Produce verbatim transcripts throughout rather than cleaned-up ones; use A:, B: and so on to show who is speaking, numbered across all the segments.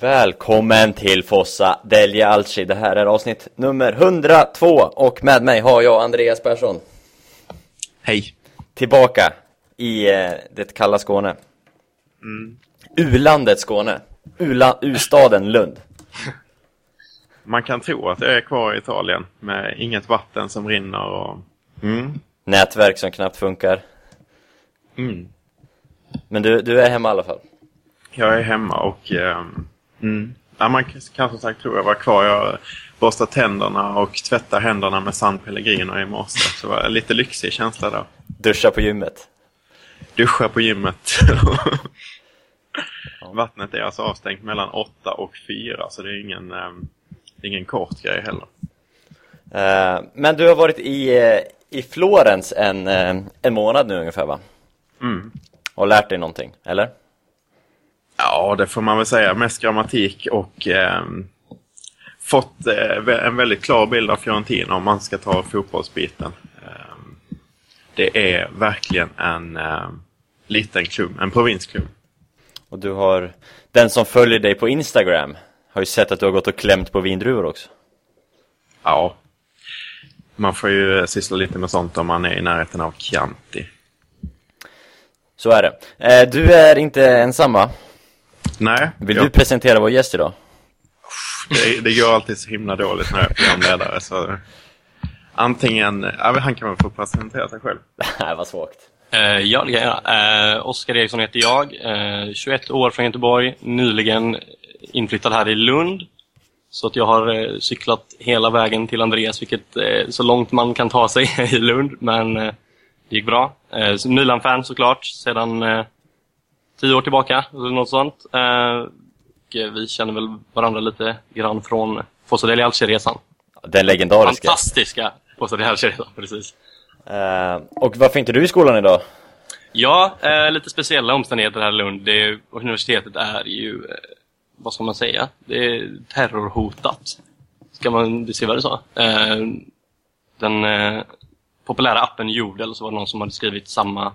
A: Välkommen till Fossa Delje Alci. Det här är avsnitt nummer hundratvå och med mig har jag Andreas Persson.
B: Hej.
A: Tillbaka i eh, det kalla Skåne.
B: Mm.
A: U-landet Skåne. Ula- U-staden Lund.
B: Man kan tro att jag är kvar i Italien med inget vatten som rinner och...
A: Mm. Nätverk som knappt funkar.
B: Mm.
A: Men du, du är hemma i alla fall.
B: Jag är hemma och... Eh, mm. ja, man kan som sagt tro jag var kvar. Jag borstar tänderna och tvättar händerna med San Pellegrino i morse. Så det var en lite lyxig känsla där.
A: Duscha på gymmet.
B: Duscha på gymmet. Vattnet är alltså avstängt mellan åtta och fyra. Så det är ingen, eh, ingen kort grej heller.
A: Uh, men du har varit i, i Florens en, en månad nu ungefär, va?
B: Mm.
A: Och lärt dig någonting, eller?
B: Ja, det får man väl säga. Mest grammatik och eh, fått eh, en väldigt klar bild av Fiorentina om man ska ta fotbollsbiten. Eh, det är verkligen en eh, liten klubb, en provinsklubb.
A: Och du har, den som följer dig på Instagram har ju sett att du har gått och klämt på vindruvor också.
B: Ja, man får ju syssla lite med sånt om man är i närheten av Chianti.
A: Så är det. Eh, du är inte ensam, va?
B: Nej.
A: Vill
B: jag...
A: du presentera vår gäst idag?
B: Det, det går alltid så himla dåligt när jag är programledare. Så antingen, ja, han kan väl få presentera sig själv.
A: Nej, vad svårt.
C: Uh, ja, det kan jag göra. Uh, Oskar Eriksson heter jag. Uh, tjugoett år från Göteborg. Nyligen inflyttad här i Lund. Så att jag har uh, cyklat hela vägen till Andreas, vilket uh, så långt man kan ta sig i Lund. Men uh, det gick bra. Uh, Milan-fan såklart. Sedan uh, tio år tillbaka eller något sånt. Uh, och vi känner väl varandra lite grann från Fossa Delje Alci-resan.
A: Den legendariska.
C: Fantastiska Fossa Delje Alci-resan, precis.
A: Uh, och varför inte du i skolan idag?
C: Ja, eh, lite speciella omständigheter här i Lund. Det, universitetet är ju, eh, vad ska man säga? Det är terrorhotat. Ska man beskriva det så? Eh, den eh, populära appen Jodel, eller så var det någon som hade skrivit samma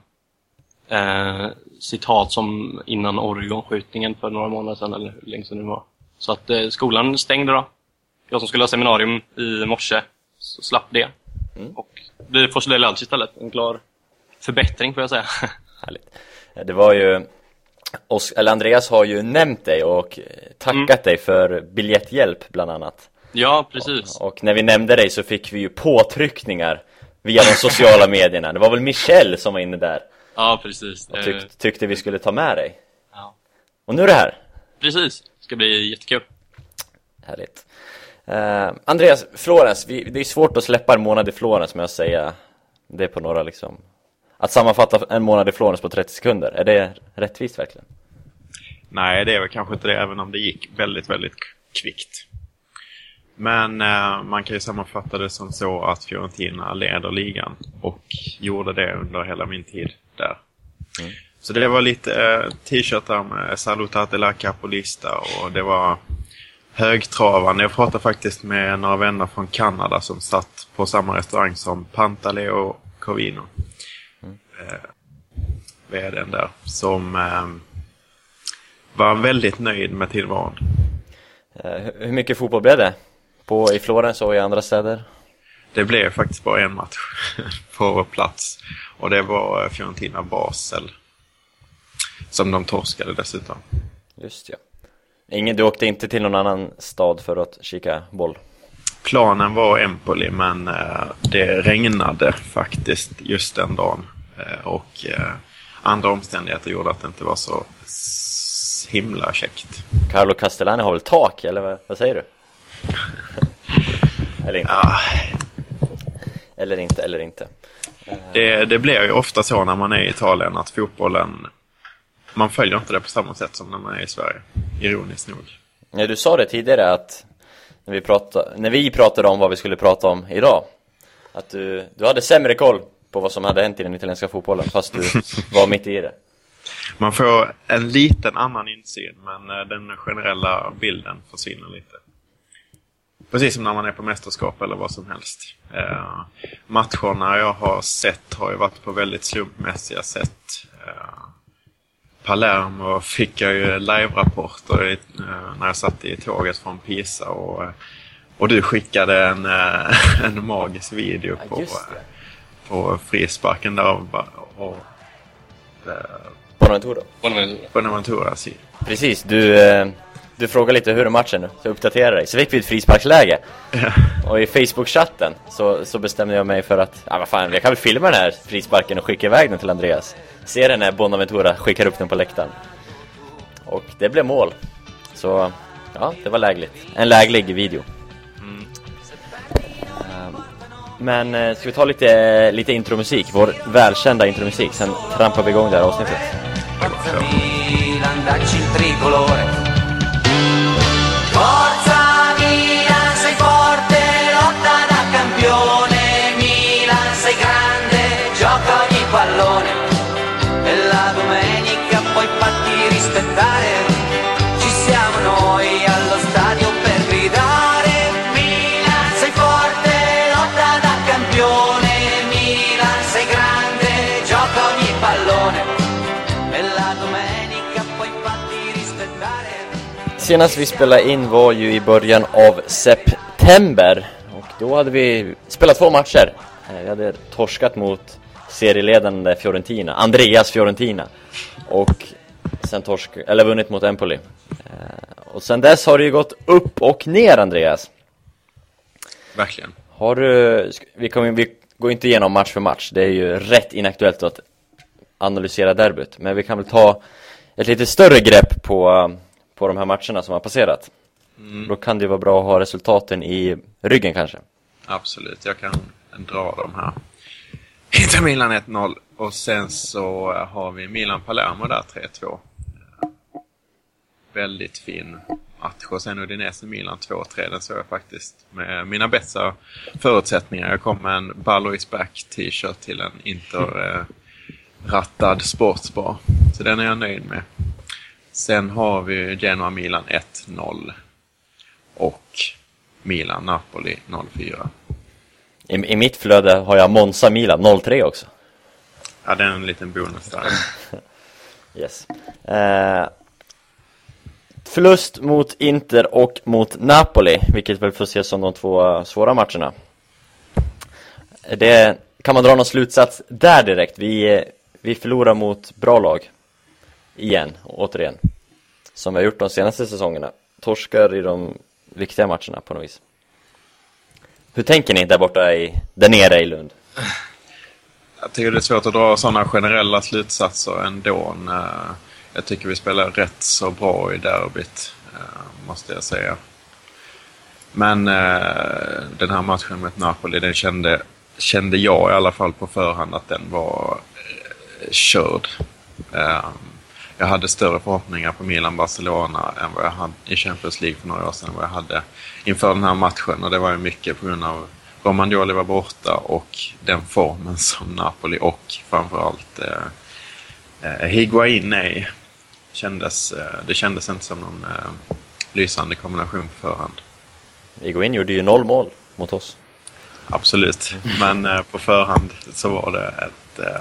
C: eh, citat som innan Oregon-skjutningen för några månader sedan, eller hur länge sedan det var. Så att eh, skolan stängde då. Jag som skulle ha seminarium i morse, så slapp det. Mm. Och det får så det alls istället. En klar förbättring, får jag säga.
A: Härligt. Det var ju Oskar, eller Andreas har ju nämnt dig och tackat mm. dig för biljetthjälp bland annat.
C: Ja, precis.
A: Och, och när vi nämnde dig så fick vi ju påtryckningar via de sociala medierna. Det var väl Michelle som var inne där.
C: Ja, precis.
A: Och tyck, tyckte vi skulle ta med dig.
C: Ja.
A: Och nu är det här.
C: Precis. Det ska bli jättekul.
A: Härligt. Uh, Andreas, Florens, vi, det är svårt att släppa en månad i Florens, men jag säger det är på några liksom. Att sammanfatta en månad i Florens på trettio sekunder, är det rättvist verkligen?
B: Nej, det är väl kanske inte det, även om det gick väldigt, väldigt kvickt. Men uh, man kan ju sammanfatta det som så att Fiorentina leder ligan och gjorde det under hela min tid där. Mm. Så det var lite uh, t-shirtar med Salutate la Capolista och det var högtravande. Jag pratade faktiskt med några vänner från Kanada som satt på samma restaurang som Pantaleo Covino. Mm. Eh, vdn där. Som eh, var väldigt nöjd med tillvaron.
A: Eh, hur mycket fotboll blev det? På, i Florens och i andra städer?
B: Det blev faktiskt bara en match på plats. Och det var Fiorentina Basel. Som de torskade dessutom.
A: Just ja. Ingen, du åkte inte till någon annan stad för att kika boll?
B: Planen var Empoli, men eh, det regnade faktiskt just den dagen. Eh, och eh, andra omständigheter gjorde att det inte var så himla käckt.
A: Carlo Castellani har väl tak, eller vad, vad säger du? Eller inte?
B: Ja.
A: Eller inte, eller inte.
B: Det, det blir ju ofta så när man är i Italien att fotbollen... Man följer inte det på samma sätt som när man är i Sverige. Ironiskt nog.
A: Ja, du sa det tidigare att när vi, pratade, när vi pratade om vad vi skulle prata om idag, att du, du hade sämre koll på vad som hade hänt i den italienska fotbollen fast du var mitt i det.
B: Man får en liten annan insyn, men den generella bilden försvinner lite. Precis som när man är på mästerskap eller vad som helst. Eh, matcherna jag har sett har ju varit på väldigt slumpmässiga sätt. Eh, Palermo fick jag ju live-rapporter i, uh, när jag satt i tåget från Pisa och, och du skickade en, uh, en magisk video
A: ja,
B: på, uh, på frisparken där och, och uh,
A: Bonaventura.
B: Bonaventura, si.
A: Precis, du, uh, du frågade lite hur är matchen nu, så uppdaterade dig. Så fick vi ett frisparksläge.
B: Ja.
A: Och i Facebook-chatten så, så bestämde jag mig för att ja, vad fan, jag kan väl filma den här frisparken och skicka iväg den till Andreas. Se den när Bonaventura skickar upp den på läktaren. Och det blev mål. Så ja, det var lägligt. En läglig video.
B: Mm.
A: Uh, men uh, ska vi ta lite, lite intromusik, vår välkända intromusik. Sen trampar vi igång det här avsnittet.
B: Ja.
D: Forza Milan, sei forte, lotta da campione. Milan, sei grande, gioca ogni pallone. E la domenica puoi farti rispettare. Ci siamo noi allo stadio per gridare. Milan, sei forte, lotta da campione. Milan, sei grande, gioca ogni pallone. E la domenica puoi farti rispettare.
A: Senast vi spelade in var ju i början av september. Och då hade vi spelat två matcher. Vi hade torskat mot serieledande Fiorentina, Andreas Fiorentina. Och sen torsk, eller vunnit mot Empoli. Och sen dess har det ju gått upp och ner, Andreas.
B: Verkligen.
A: Har du, vi, kommer, vi går inte igenom match för match. Det är ju rätt inaktuellt att analysera derbyt. Men vi kan väl ta ett lite större grepp på, på de här matcherna som har passerat. Mm. Då kan det vara bra att ha resultaten i ryggen kanske.
B: Absolut, jag kan dra dem här. Inter Milan ett noll och sen så har vi Milan Palermo där tre två. Väldigt fin match. Och sen Udinese Milan två tre, den såg jag faktiskt med mina bästa förutsättningar. Jag kom med en Ballois Back t-shirt till en Inter-rattad sportsbar. Så den är jag nöjd med. Sen har vi Genoa Milan ett noll och Milan Napoli noll fyra.
A: I, I mitt flöde har jag Monza Milan noll tre också.
B: Ja, det är en liten bonus där.
A: Yes. Eh, förlust mot Inter och mot Napoli, vilket väl får ses som de två svåra matcherna. Det, kan man dra någon slutsats där direkt? Vi, vi förlorar mot bra lag. Igen, återigen. Som vi har gjort de senaste säsongerna. Torskar i de viktiga matcherna på något vis. Hur tänker ni där borta i, där nere i Lund?
B: Jag tycker det är svårt att dra sådana generella slutsatser ändå. Jag tycker vi spelar rätt så bra i derbyt, måste jag säga. Men den här matchen mot Napoli, den kände, kände jag i alla fall på förhand att den var körd. Jag hade större förhoppningar på Milan-Barcelona än vad jag hade i Champions League för några år sedan, vad jag hade inför den här matchen. Och det var ju mycket på grund av Romagnoli var borta och den formen som Napoli och framförallt eh, Higuain är. Kändes, eh, det kändes inte som någon eh, lysande kombination på förhand.
A: Higuain gjorde ju noll mål mot oss.
B: Absolut, men eh, på förhand så var det ett... Eh,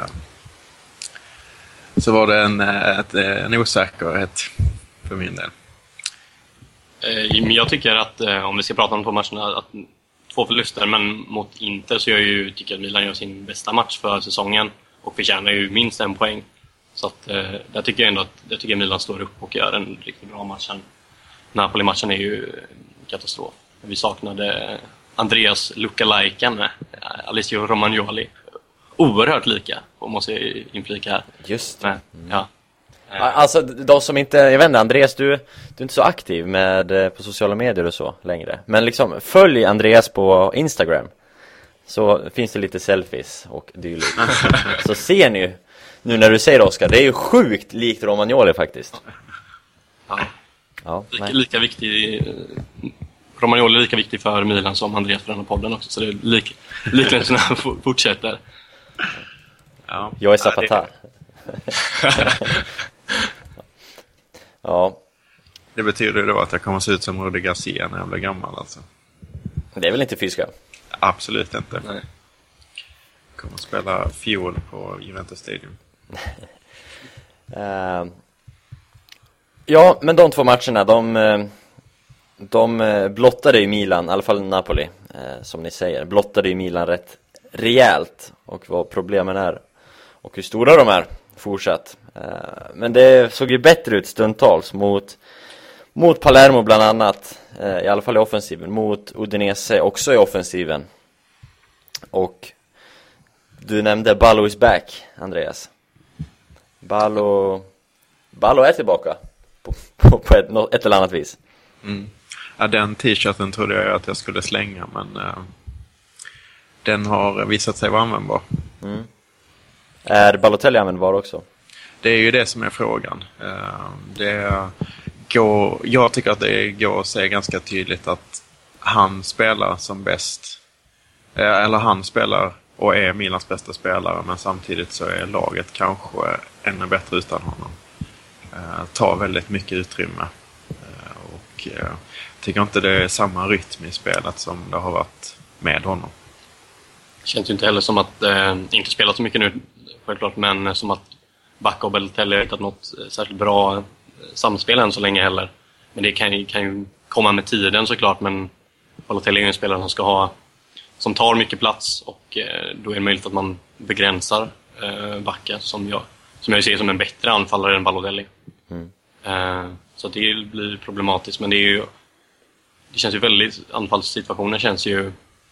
B: så var det en, ett, en osäkerhet för min del.
C: Men jag tycker att, om vi ska prata om två matcherna, att två förluster, men mot Inter så jag ju, tycker jag att Milan gör sin bästa match för säsongen och förtjänar ju minst en poäng. Så att, där tycker jag ändå att jag tycker Milan står upp och gör en riktigt bra match. Napoli-matchen är ju katastrof. Vi saknade Andreas lookalike med Alessio Romagnoli. Oerhört lika, och måste jag inflika här.
A: Just
C: det. Men, ja.
A: Alltså de som inte, jag vet inte, Andreas, du, du är inte så aktiv med på sociala medier och så längre. Men liksom följ Andreas på Instagram. Så finns det lite selfies och dylikt. Så ser ni nu när du säger Oskar, det är ju sjukt likt Romagnoli faktiskt.
C: Ja.
A: Ja,
C: lika, lika viktig Romagnoli är lika viktig för Milan som Andreas för den här podden också. Så det är lik, liknande som han fortsätter.
B: Ja.
A: Jag är Zapata. Ja.
B: Det betyder ju då att jag kommer se ut som Rudi Garcia när jag blir gammal alltså.
A: Det är väl inte fyska?
B: Absolut inte.
C: Nej.
B: Jag kommer spela fiol på Juventus Stadium.
A: uh, Ja, men de två matcherna, de, de blottade ju Milan, i alla fall Napoli, som ni säger, blottade ju Milan rätt rejält, och vad problemen är och hur stora de är fortsatt. Men det såg ju bättre ut stundtals mot, mot Palermo bland annat, i alla fall i offensiven, mot Udinese också i offensiven. Och du nämnde Ballo is back, Andreas. Ballo, Ballo är tillbaka på, på, på ett, ett eller annat vis.
B: Mm. Ja, den t-shirten trodde jag att jag skulle slänga, men uh, den har visat sig vara användbar.
A: Mm. Är Balotelli användbar också?
B: Det är ju det som är frågan. Uh, det går, jag tycker att det går att se ganska tydligt att han spelar som bäst. Uh, eller han spelar och är Milans bästa spelare, men samtidigt så är laget kanske ännu bättre utan honom. Uh, tar väldigt mycket utrymme. Uh, och uh, tycker inte det är samma rytm i spelet som det har varit med honom.
C: Det känns ju inte heller som att, eh, inte spelat så mycket nu självklart, men som att Bacca och Balotelli har hittat något särskilt bra samspel än så länge heller. Men det kan ju, kan ju komma med tiden såklart, men Balotelli är ju en spelare som ska ha, som tar mycket plats, och eh, då är det möjligt att man begränsar eh, Bacca, som jag, som jag ser som en bättre anfallare än Balotelli.
A: Mm.
C: Eh, så det blir problematiskt, men det är ju, det känns ju väldigt, anfallssituationen känns ju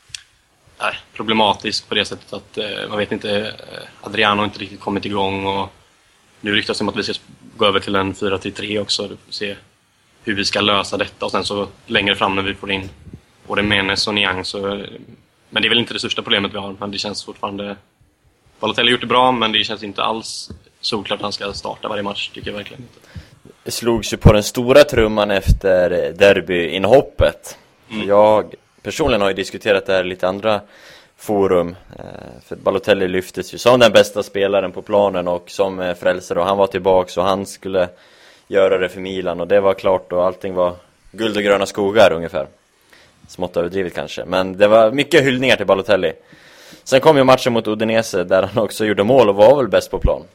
C: äh, problematisk på det sättet att eh, man vet inte, eh, Adriano har inte riktigt kommit igång, och nu ryktas det om att vi ska gå över till en fyra tre tre också. Du får se hur vi ska lösa detta, och sen så längre fram när vi får in både Menes och Niang, så, men det är väl inte det största problemet vi har, men det känns fortfarande, Balotelli har gjort det bra, men det känns inte alls såklart att han ska starta varje match, tycker jag verkligen inte.
A: Det slogs ju på den stora trumman efter derbyinhoppet. Mm. Jag personligen har ju diskuterat det här i lite andra forum, för Balotelli lyftes ju som den bästa spelaren på planen och som frälsare, och han var tillbaka och han skulle göra det för Milan, och det var klart, och allting var guld och gröna skogar ungefär. Smått överdrivet kanske, men det var mycket hyllningar till Balotelli. Sen kom ju matchen mot Udinese där han också gjorde mål och var väl bäst på plan.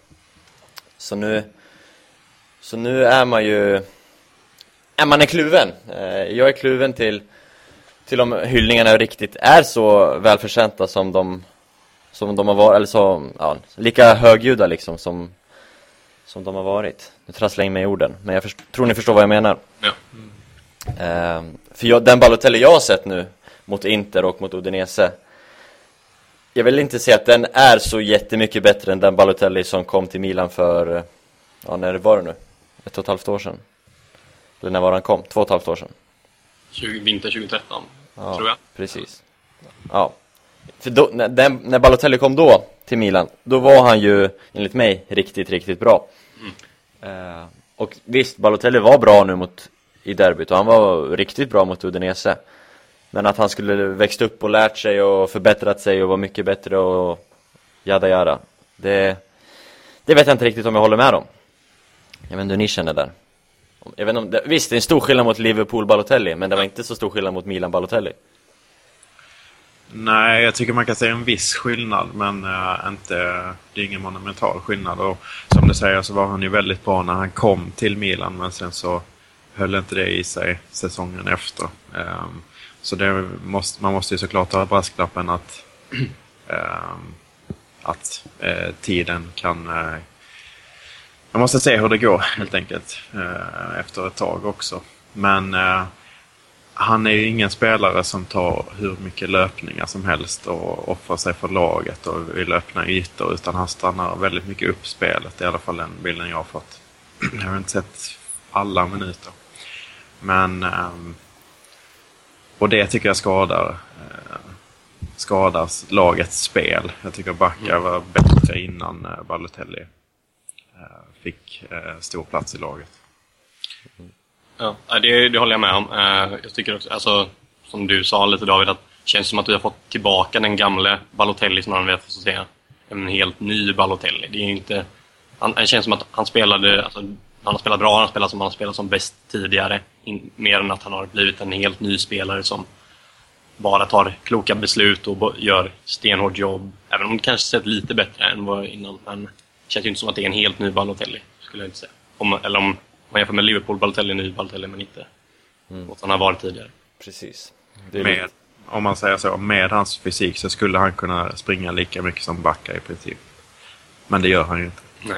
A: Så nu Så nu är man ju är man är kluven. Jag är kluven till till om hyllningarna riktigt är så välförtjänta som de som de har varit, eller så, ja, lika högljudda liksom som som de har varit. Nu trasslar jag in mig i orden, men jag först- tror ni förstår vad jag menar.
C: Ja.
A: Mm. Uh, för jag, den Balotelli jag har sett nu mot Inter och mot Udinese, jag vill inte säga att den är så jättemycket bättre än den Balotelli som kom till Milan för, ja, när var det nu? Ett och ett halvt år sedan. Eller när var han kom? Två och ett halvt år sedan.
C: tjugo, vinter tjugotretton,
A: Ja,
C: tror jag.
A: precis. Ja. För då, när, den, när Balotelli kom då till Milan, då var han ju enligt mig riktigt, riktigt bra. Mm. Uh, och visst, Balotelli var bra nu mot i derbyt, och han var riktigt bra mot Udinese. Men att han skulle växt upp och lärt sig och förbättrat sig och vara mycket bättre och jada jada, det, det vet jag inte riktigt om jag håller med om. Jag vet inte hur ni känner där. Jag vet inte om det, visst, det är en stor skillnad mot Liverpool Balotelli, men det var inte så stor skillnad mot Milan Balotelli.
B: Nej, jag tycker man kan säga en viss skillnad, men äh, inte, det är ingen monumental skillnad. Och som du säger så var han ju väldigt bra när han kom till Milan, men sen så höll inte det i sig säsongen efter. Um, så det måste, man måste ju såklart ha brasklappen att, um, att uh, tiden kan... Uh, man måste se hur det går helt enkelt uh, efter ett tag också. Men... Uh, Han är ju ingen spelare som tar hur mycket löpningar som helst och offrar sig för laget och vill öppna ytor, utan han stannar väldigt mycket upp spelet. I alla fall den bilden jag har fått. Jag har inte sett alla minuter. Men och det tycker jag skadar skadar lagets spel. Jag tycker Bacca var bättre innan Balotelli fick stor plats i laget.
C: Ja, det, det håller jag med om. Jag tycker också, alltså, som du sa lite David, att det känns som att vi har fått tillbaka den gamla Balotelli som han vet att säga. En helt ny Balotelli. Det är inte, han, det känns som att han spelade, alltså, han har spelat bra, han har spelat som han har spelat som bäst tidigare. In, mer än att han har blivit en helt ny spelare som bara tar kloka beslut och gör stenhårt jobb. Även om det kanske sett lite bättre än vad innan. Men det känns ju inte som att det är en helt ny Balotelli, skulle jag inte säga. Om, eller om man jämför med Liverpool, Balotelli ny, Balotelli men inte mm. och han har varit tidigare.
A: Precis. Det är
B: med,
A: lite...
B: Om man säger så, med hans fysik så skulle han kunna springa lika mycket som Backa i princip. Men det gör han ju inte.
C: Nej.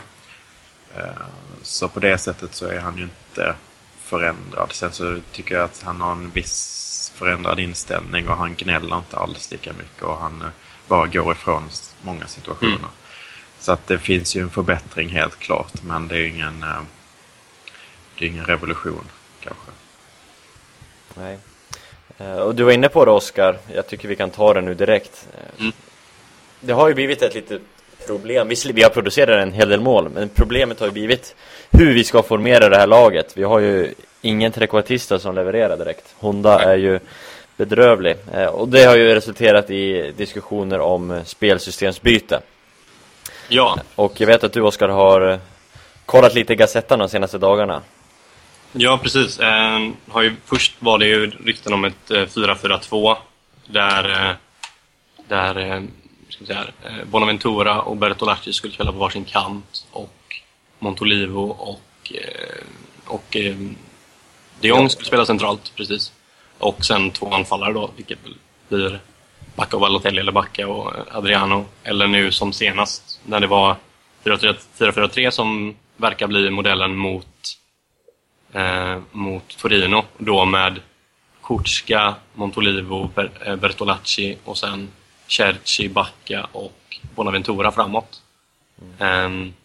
B: Så på det sättet så är han ju inte förändrad. Sen så tycker jag att han har en viss förändrad inställning och han gnäller inte alls lika mycket och han bara går ifrån många situationer. Mm. Så att det finns ju en förbättring helt klart, men det är ingen det är ingen revolution kanske.
A: Nej. Och du var inne på det, Oskar. Jag tycker vi kan ta det nu direkt. Mm. Det har ju blivit ett litet problem. Visserligen, vi har producerat en hel del mål, men problemet har ju blivit hur vi ska formera det här laget. Vi har ju ingen trekvartista som levererar direkt. Honda är ju bedrövlig. Och det har ju resulterat i diskussioner om spelsystemsbyte.
C: Ja.
A: Och jag vet att du, Oskar, har kollat lite i Gazettan de senaste dagarna.
C: Ja, precis. Eh, har ju, först var det ju rykten om ett eh, fyra fyra två där, eh, där eh, ska vi säga, eh, Bonaventura och Bertolacci skulle spela på varsin kant och Montolivo och, eh, och eh, de Jong skulle spela centralt, precis. Och sen två anfallare då, vilket blir Backa och Balotelli eller Backa och Adriano. Eller nu som senast när det var fyra fyra tre som verkar bli modellen mot Eh, mot Torino, då med Kuczka, Montolivo, Ber- Bertolacci och sen Cerci, Bacca och Bonaventura framåt. Mm. Eh,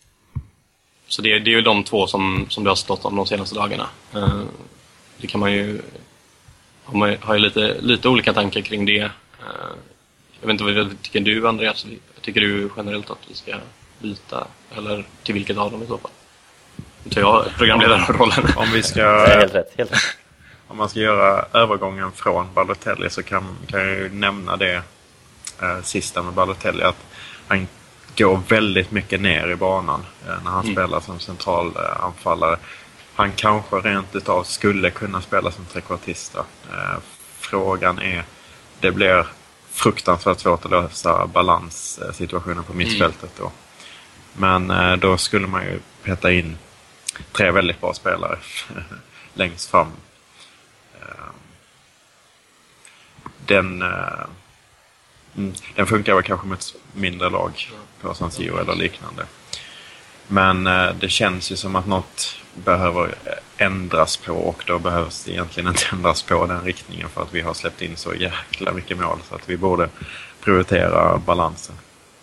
C: så det, det är ju de två som, som det har stått om de senaste dagarna. Eh, det kan man ju man har ju lite, lite olika tankar kring det. Eh, jag vet inte vad tycker du, Andreas? Tycker du generellt att vi ska byta, eller till vilket av dem i så fall? Så jag programledarrollen.
B: Om vi ska
A: helt rätt, helt rätt.
B: Om man ska göra övergången från Balotelli så kan, kan jag ju nämna det eh, sista med Balotelli, att han går väldigt mycket ner i banan eh, när han mm. spelar som central eh, anfallare. Han kanske rent utav skulle kunna spela som trekvartista. Eh, frågan är, det blir fruktansvärt svårt att lösa balanssituationen på mittfältet då. Men eh, då skulle man ju peta in tre väldigt bra spelare längst fram. Den, den funkar väl kanske med ett mindre lag på San Siro eller liknande. Men det känns ju som att något behöver ändras på, och då behövs det egentligen inte ändras på den riktningen, för att vi har släppt in så jäkla mycket mål så att vi borde prioritera balansen.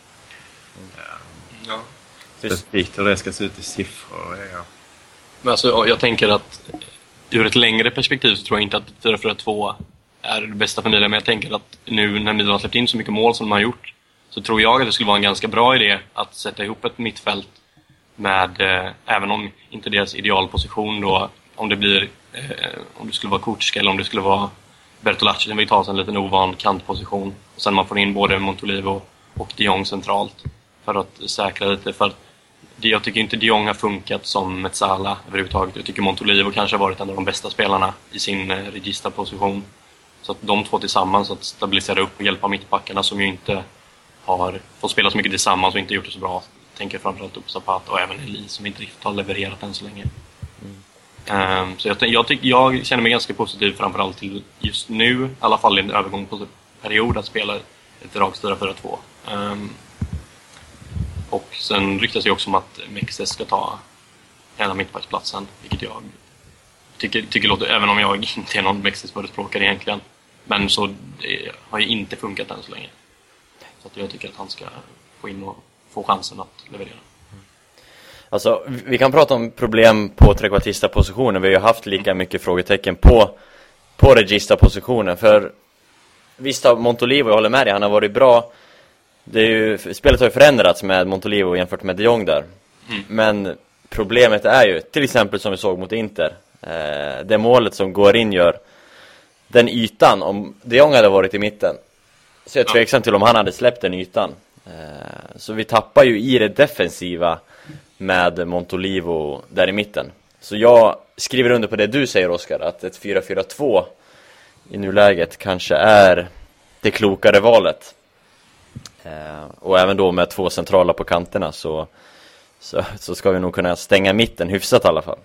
C: Ja.
B: Specifikt hur det ska se ut i siffror. Ja.
C: Men alltså, jag tänker att ur ett längre perspektiv så tror jag inte att fyra fyra två är det bästa för Milan. Men jag tänker att nu när Milan har släppt in så mycket mål som de har gjort, så tror jag att det skulle vara en ganska bra idé att sätta ihop ett mittfält med, eh, även om inte deras idealposition då, om det blir eh, om det skulle vara Kuczka eller om det skulle vara Bertolacci, som vill ta sig en liten ovan kantposition, och sen man får in både Montolivo och de Jong centralt för att säkra lite. För jag tycker inte de Jong har funkat som Mezzala överhuvudtaget. Jag tycker Montolivo kanske har varit en av de bästa spelarna i sin eh, registerposition. Så att de två tillsammans att stabilisera upp och hjälpa mittbackarna, som ju inte har fått spela så mycket tillsammans och inte gjort det så bra. Jag tänker framförallt upp Zapata och även Eli, som inte riktigt har levererat än så länge. Mm. Um, så jag, jag, tyck, jag känner mig ganska positiv framförallt till just nu, i alla fall i en övergångsperiod, att spela ett rakt fyra fyra två. Um, och sen ryktas det också om att Mexes ska ta hela mittbacksplatsen, vilket jag tycker, tycker låter, även om jag inte är någon Mexes förespråkare egentligen. Men så det har ju inte funkat än så länge. Så att jag tycker att han ska få in och få chansen att leverera.
A: Alltså, vi kan prata om problem på trekvartista-positionen. Vi har ju haft lika mycket frågetecken på, på regista-positionen. För visst har Montolivo, jag håller med dig, han har varit bra. Det är ju, spelet har ju förändrats med Montolivo jämfört med de Jong där. Mm. Men problemet är ju, till exempel som vi såg mot Inter, eh, det målet som går in gör den ytan, om de Jong hade varit i mitten, så jag är tveksam till om han hade släppt den ytan. Eh, så vi tappar ju i det defensiva med Montolivo där i mitten. Så jag skriver under på det du säger, Oskar, att ett fyra fyra två i nuläget kanske är det klokare valet. Eh, och även då med två centrala på kanterna så, så, så ska vi nog kunna stänga mitten hyfsat i alla fall.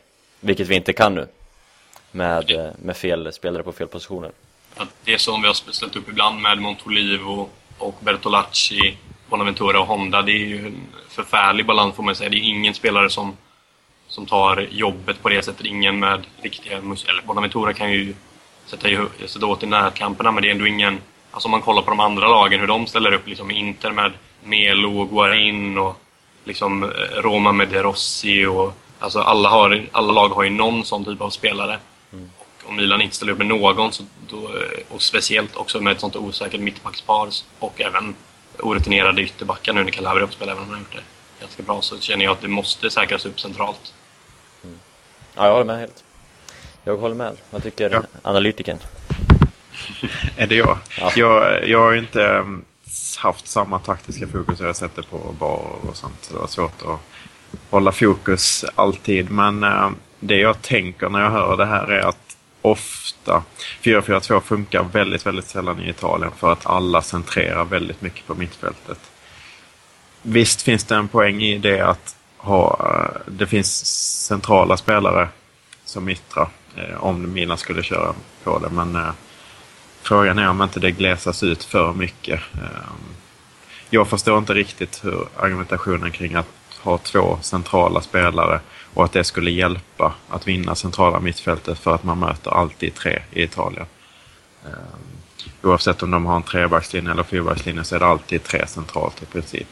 A: vilket vi inte kan nu med, med fel spelare på fel positioner.
C: Att det som vi har ställt upp ibland med Montolivo och Bertolacci, Bonaventura och Honda, det är ju en förfärlig balans får man säga. Det är ingen spelare som, som tar jobbet på det sättet. Ingen med riktiga muskler. Eller Bonaventura kan ju sätta, sätta åt i närkamperna, men det är ändå ingen... Alltså om man kollar på de andra lagen, hur de ställer upp liksom Inter med Melo och Guarin och liksom Roma med De Rossi och... Alltså alla, har, alla lag har ju någon sån typ av spelare. Mm. Och om Milan inte ställer upp med någon, så då, och speciellt också med ett sånt osäkert mittbackspar och även orutinerade ytterbackar nu när Calabria uppspelar, även om han har gjort det ganska bra, så känner jag att det måste säkras upp centralt.
A: Mm. Ja, jag håller med helt. Jag håller med. Vad tycker ja. analytiken?
B: Är det jag?
A: Ja.
B: jag? Jag har inte haft samma taktiska fokus jag sätter på bar och sånt. Så det var svårt att hålla fokus alltid. Men äh, det jag tänker när jag hör det här är att ofta fyra fyra två funkar väldigt, väldigt sällan i Italien för att alla centrerar väldigt mycket på mittfältet. Visst finns det en poäng i det att ha, det finns centrala spelare som yttrar eh, om Milan skulle köra på det, men eh, frågan är om inte det glesas ut för mycket. Eh, jag förstår inte riktigt hur argumentationen kring att ha två centrala spelare och att det skulle hjälpa att vinna centrala mittfältet för att man möter alltid tre i Italien. Eh, oavsett om de har en trebackslinje eller fyrbackslinje så är det alltid tre centralt i princip.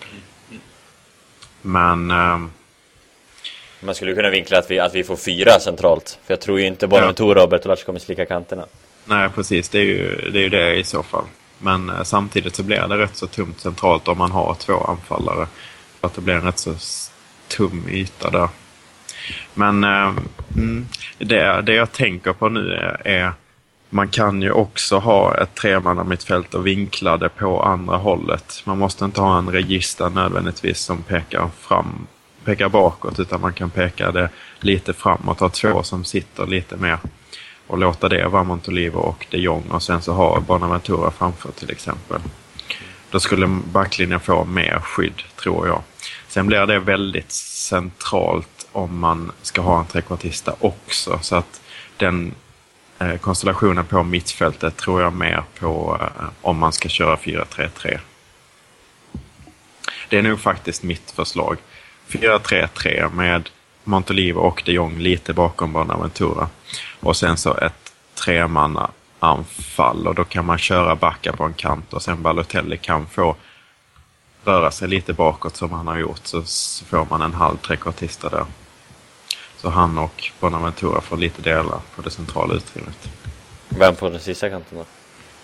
B: Men eh,
A: man skulle kunna vinkla att vi, att vi får fyra centralt. För jag tror ju inte Bonaventura ja. och Bertolacci kommer slicka kanterna.
B: Nej, precis. Det är ju det, är ju det i så fall. Men eh, samtidigt så blir det rätt så tomt centralt om man har två anfallare. För att det blir en rätt så tom yta där. Men eh, det, det jag tänker på nu är, är man kan ju också ha ett tremanna mittfält och vinkla det på andra hållet. Man måste inte ha en register nödvändigtvis som pekar fram, pekar bakåt, utan man kan peka det lite framåt, ha två som sitter lite mer och låta det vara Montolivo och De Jong och sen så ha Bonaventura framför till exempel. Då skulle backlinjen få mer skydd, tror jag. Sen blir det väldigt centralt om man ska ha en trekvartista också, så att den eh, konstellationen på mittfältet tror jag mer på eh, om man ska köra fyra tre tre. Det är nog faktiskt mitt förslag. fyra tre tre med Montolivo och De Jong lite bakom Bonaventura. Och sen så ett tremanna anfall, och då kan man köra backa på en kant och sen Balotelli kan få röra sig lite bakåt som han har gjort, så, så får man en halv trekvartista där. Så han och Bonaventura får lite delar på det centrala utrymmet.
A: Vem på den sista kanten då?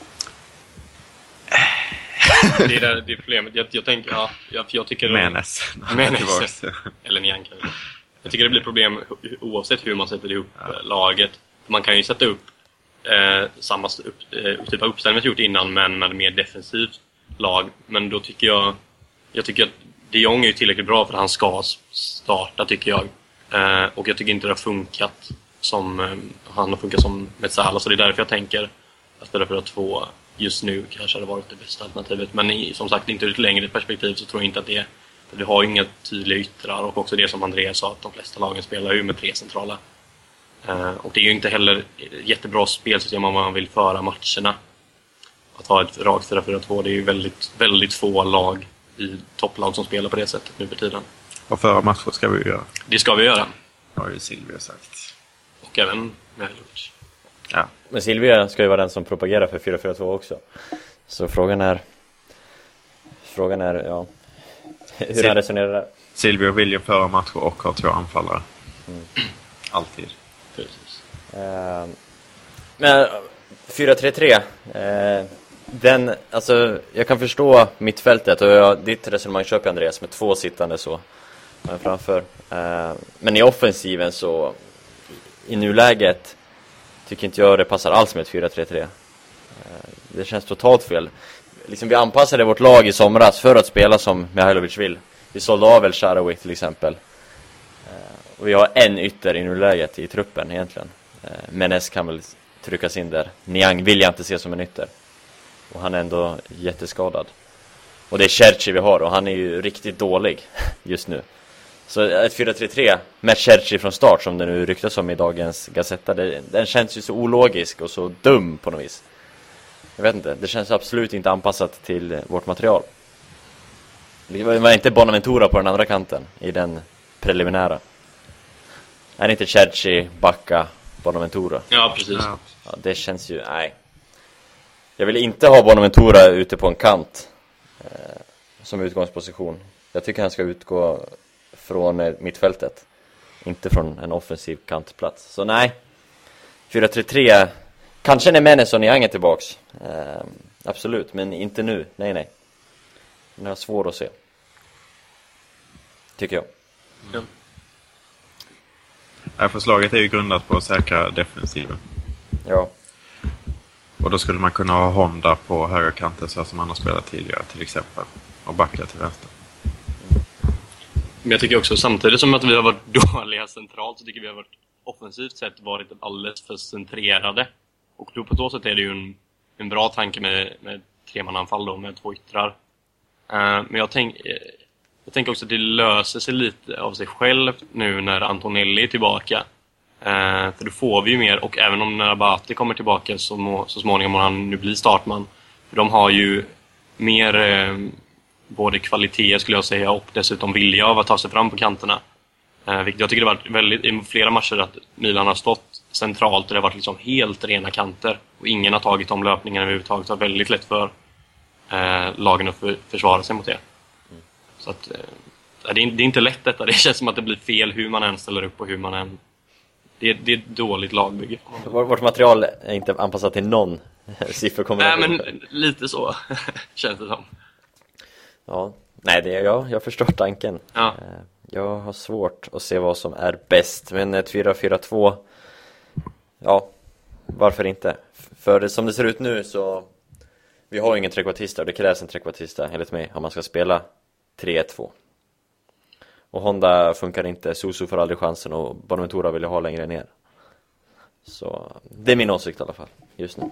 C: Det är det, det är problemet. Jag, jag tänker, ja, jag, jag tycker...
B: Menes.
C: Menes. Eller Nianka. Jag tycker det blir problem oavsett hur man sätter ihop ja. laget. Man kan ju sätta upp eh, samma upp, eh, typ av uppställning vi gjort innan, men med mer defensivt lag. Men då tycker jag... Jag tycker att De Jong är ju tillräckligt bra för att han ska starta, tycker jag. Eh, och jag tycker inte det har funkat som eh, han har funkat som Mezzala. Så det är därför jag tänker att spela fyra två just nu kanske hade varit det bästa alternativet. Men i, som sagt, inte ur ett längre perspektiv så tror jag inte att det är... Vi har inga tydliga yttrar, och också det som Andreas sa, att de flesta lagen spelar ju med tre centrala. Uh, och det är ju inte heller jättebra spelsystem om man vill föra matcherna. Att ha ett rakt fyra fyra två, det är ju väldigt, väldigt få lag i topplag som spelar på det sättet nu för tiden.
B: Och föra matcher ska vi göra.
C: Det ska vi göra.
B: Har ju Silvia sagt.
C: Och även Mihajlovic.
A: Ja. Men Silvia ska ju vara den som propagerar för fyra fyra två också. Så frågan är... Frågan är, ja... Hur Sil- han resonerar där.
B: Silvio vill ju föra matcher och ha två anfallare. Mm. Alltid.
C: Precis.
A: Uh, men fyra tre tre. Uh, den, alltså, jag kan förstå mittfältet. Och jag, ditt resonemang köper jag, Andreas, med två sittande så framför. Uh, men i offensiven så... I nuläget tycker inte jag det passar alls med ett fyra tre tre. Uh, det känns totalt fel. Liksom vi anpassade vårt lag i somras för att spela som Mihajlovic vill. Vi sålde av El Shaarawy till exempel. Och vi har en ytter i nuläget i truppen egentligen. Menes kan väl tryckas in där. Niang vill jag inte se som en ytter. Och han är ändå jätteskadad. Och det är Cherchi vi har, och han är ju riktigt dålig just nu. Så ett fyra tre tre med Cerci från start, som det nu ryktas om i dagens Gazzetta, det, den känns ju så ologisk och så dum på något vis. Jag vet inte, det känns absolut inte anpassat till vårt material. Det var inte Bonaventura på den andra kanten i den preliminära. Är det inte Cerci, Bacca, Bonaventura?
C: Ja, precis.
B: Ja.
A: Ja, det känns ju, nej. Jag vill inte ha Bonaventura ute på en kant eh, som utgångsposition. Jag tycker han ska utgå från eh, mittfältet, inte från en offensiv kantplats. Så nej, fyra tre tre, kanske när Menes och Niang är tillbaks. Eh, absolut, men inte nu, nej nej. Det är svårt att se, tycker jag.
C: Ja.
B: Det här förslaget är ju grundat på att säkra defensiven.
A: Ja.
B: Och då skulle man kunna ha Honda på högerkanten så som man har spelat tidigare till exempel. Och Backa till vänster.
C: Men jag tycker också, samtidigt som att vi har varit dåliga centralt, så tycker vi har varit offensivt sett varit alldeles för centrerade. Och då på så sätt är det ju en, en bra tanke med, med tremananfall då, med två yttrar. Uh, men jag, tänk, jag tänker också att det löser sig lite av sig själv nu när Antonelli är tillbaka. Uh, för då får vi ju mer, och även om när Abate kommer tillbaka så, må, så småningom om han nu blir startman. För de har ju mer uh, både kvalitet skulle jag säga och dessutom vilja av att ta sig fram på kanterna. Uh, vilket jag tycker det har varit väldigt, i flera matcher att Milan har stått centralt och det har varit liksom helt rena kanter. Och ingen har tagit de löpningarna överhuvudtaget. Det var väldigt lätt för uh, lagen att för, försvara sig mot det. Mm. Så att uh, det, är, det är inte lätt detta. Det känns som att det blir fel hur man än ställer upp och hur man än... Det är, det är ett dåligt lagbygge.
A: Vårt material är inte anpassat till någon sifferkombination.
C: Nej, men lite så känns det som.
A: Ja, nej, det är jag. Jag förstår tanken.
C: Ja.
A: Jag har svårt att se vad som är bäst. Men ett fyra fyra två, ja, varför inte? För som det ser ut nu så vi har ingen trekvartista och det krävs en trekvartista enligt mig om man ska spela tre ett två. Och Honda funkar inte, Susu får aldrig chansen och Bonaventura vill jag ha längre ner. Så det är min åsikt i alla fall just nu